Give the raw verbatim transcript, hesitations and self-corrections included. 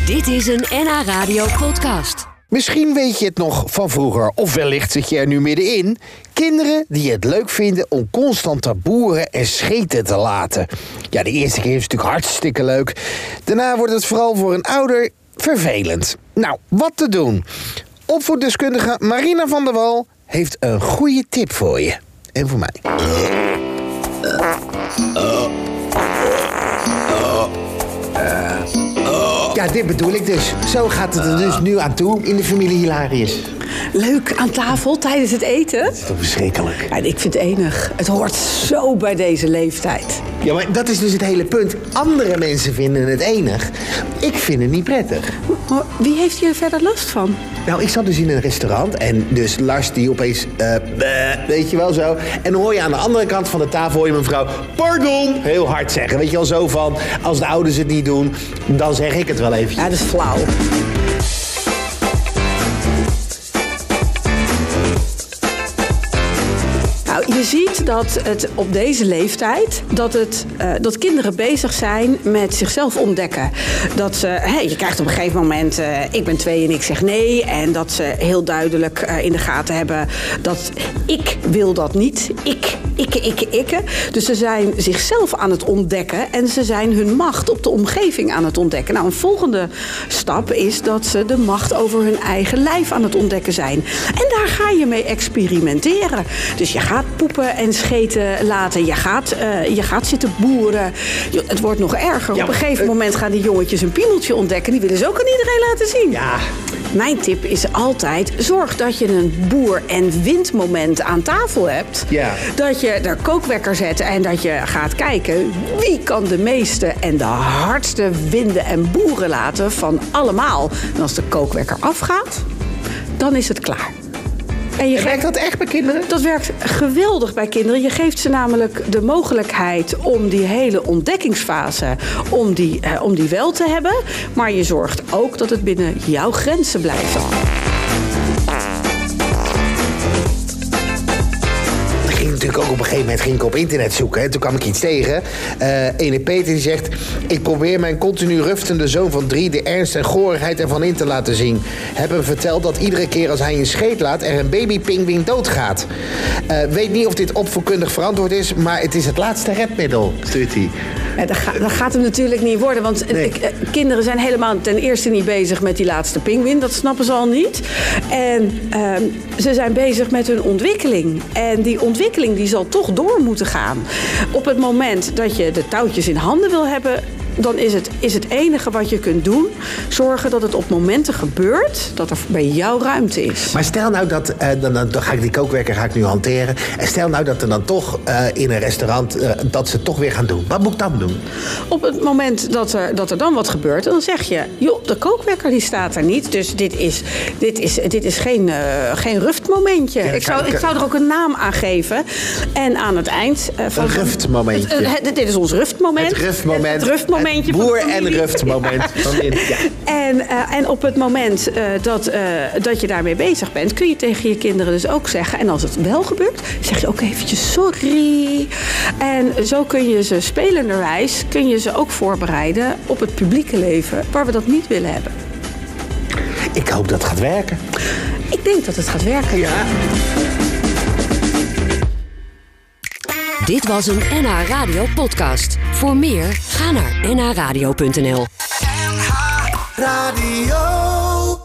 Dit is een N H Radio podcast. Misschien weet je het nog van vroeger, of wellicht zit je er nu middenin. Kinderen die het leuk vinden om constant te boeren en scheten te laten. Ja, de eerste keer is het natuurlijk hartstikke leuk. Daarna wordt het vooral voor een ouder vervelend. Nou, wat te doen? Opvoeddeskundige Marina van der Wal heeft een goede tip voor je. En voor mij. Ja, dit bedoel ik dus. Zo gaat het er dus nu aan toe in de familie Hilarius. Leuk, aan tafel tijdens het eten? Dat is toch verschrikkelijk? Ja, ik vind het enig. Het hoort zo bij deze leeftijd. Ja, maar dat is dus het hele punt. Andere mensen vinden het enig. Ik vind het niet prettig. Maar wie heeft hier verder last van? Nou, ik zat dus in een restaurant en dus Lars die opeens, uh, bleh, weet je wel zo. En dan hoor je aan de andere kant van de tafel, hoor je mijn vrouw, pardon, heel hard zeggen. Weet je wel, zo van, als de ouders het niet doen, dan zeg ik het wel eventjes. Ja, dat is flauw. Je ziet dat het op deze leeftijd, dat, het, uh, dat kinderen bezig zijn met zichzelf ontdekken. Dat ze, hey, je krijgt op een gegeven moment, uh, ik ben twee en ik zeg nee. En dat ze heel duidelijk uh, in de gaten hebben dat ik wil dat niet. Ik, ikke, ikke, ikke. Dus ze zijn zichzelf aan het ontdekken en ze zijn hun macht op de omgeving aan het ontdekken. Nou, een volgende stap is dat ze de macht over hun eigen lijf aan het ontdekken zijn. En daar ga je mee experimenteren. Dus je gaat poepen en scheten laten. Je gaat, uh, je gaat zitten boeren. Je, het wordt nog erger. Ja, op een gegeven uh, moment gaan die jongetjes een piemeltje ontdekken. Die willen ze ook aan iedereen laten zien. Ja. Mijn tip is altijd, zorg dat je een boer- en windmoment aan tafel hebt. Ja. Dat je er kookwekker zet en dat je gaat kijken wie kan de meeste en de hardste winden en boeren laten van allemaal. En als de kookwekker afgaat, dan is het klaar. En, je en werkt dat echt bij kinderen? Dat werkt geweldig bij kinderen. Je geeft ze namelijk de mogelijkheid om die hele ontdekkingsfase, om die, uh, om die wel te hebben. Maar je zorgt ook dat het binnen jouw grenzen blijft. Natuurlijk ook op een gegeven moment ging ik op internet zoeken. En toen kwam ik iets tegen. Uh, ene Peter die zegt, ik probeer mijn continu ruftende zoon van drie de ernst en goorigheid ervan in te laten zien. Heb hem verteld dat iedere keer als hij een scheet laat er een babypingwing doodgaat. Uh, weet niet of dit opvoedkundig verantwoord is, maar het is het laatste redmiddel, stuurt hij. Ja, dat, ga, dat gaat hem natuurlijk niet worden. Want nee. uh, kinderen zijn helemaal ten eerste niet bezig met die laatste pinguïn. Dat snappen ze al niet. En uh, ze zijn bezig met hun ontwikkeling. En die ontwikkeling die zal toch door moeten gaan. Op het moment dat je de touwtjes in handen wil hebben, dan is het, is het enige wat je kunt doen zorgen dat het op momenten gebeurt dat er bij jou ruimte is. Maar stel nou dat, uh, dan, dan, dan ga ik die kookwekker ga ik nu hanteren. En stel nou dat er dan toch uh, in een restaurant uh, dat ze het toch weer gaan doen. Wat moet ik dan doen? Op het moment dat er, dat er dan wat gebeurt, dan zeg je, joh, de kookwekker die staat er niet. Dus dit is, dit is, dit is geen, uh, geen ruftmomentje. Ja, ik, zou, ik, ik zou er ook een naam aan geven. En aan het eind Uh, van een ruftmomentje. Het, het, dit is ons ruftmoment. Het ruftmoment. Het, het ruftmoment. Boer- en ruftmoment. Ja. Ja. En, uh, en op het moment uh, dat, uh, dat je daarmee bezig bent, kun je tegen je kinderen dus ook zeggen, en als het wel gebeurt, zeg je ook eventjes sorry. En zo kun je ze spelenderwijs, kun je ze ook voorbereiden op het publieke leven, waar we dat niet willen hebben. Ik hoop dat het gaat werken. Ik denk dat het gaat werken. Ja. Dit was een N H Radio podcast. Voor meer, ga naar n h radio punt n l. N H Radio.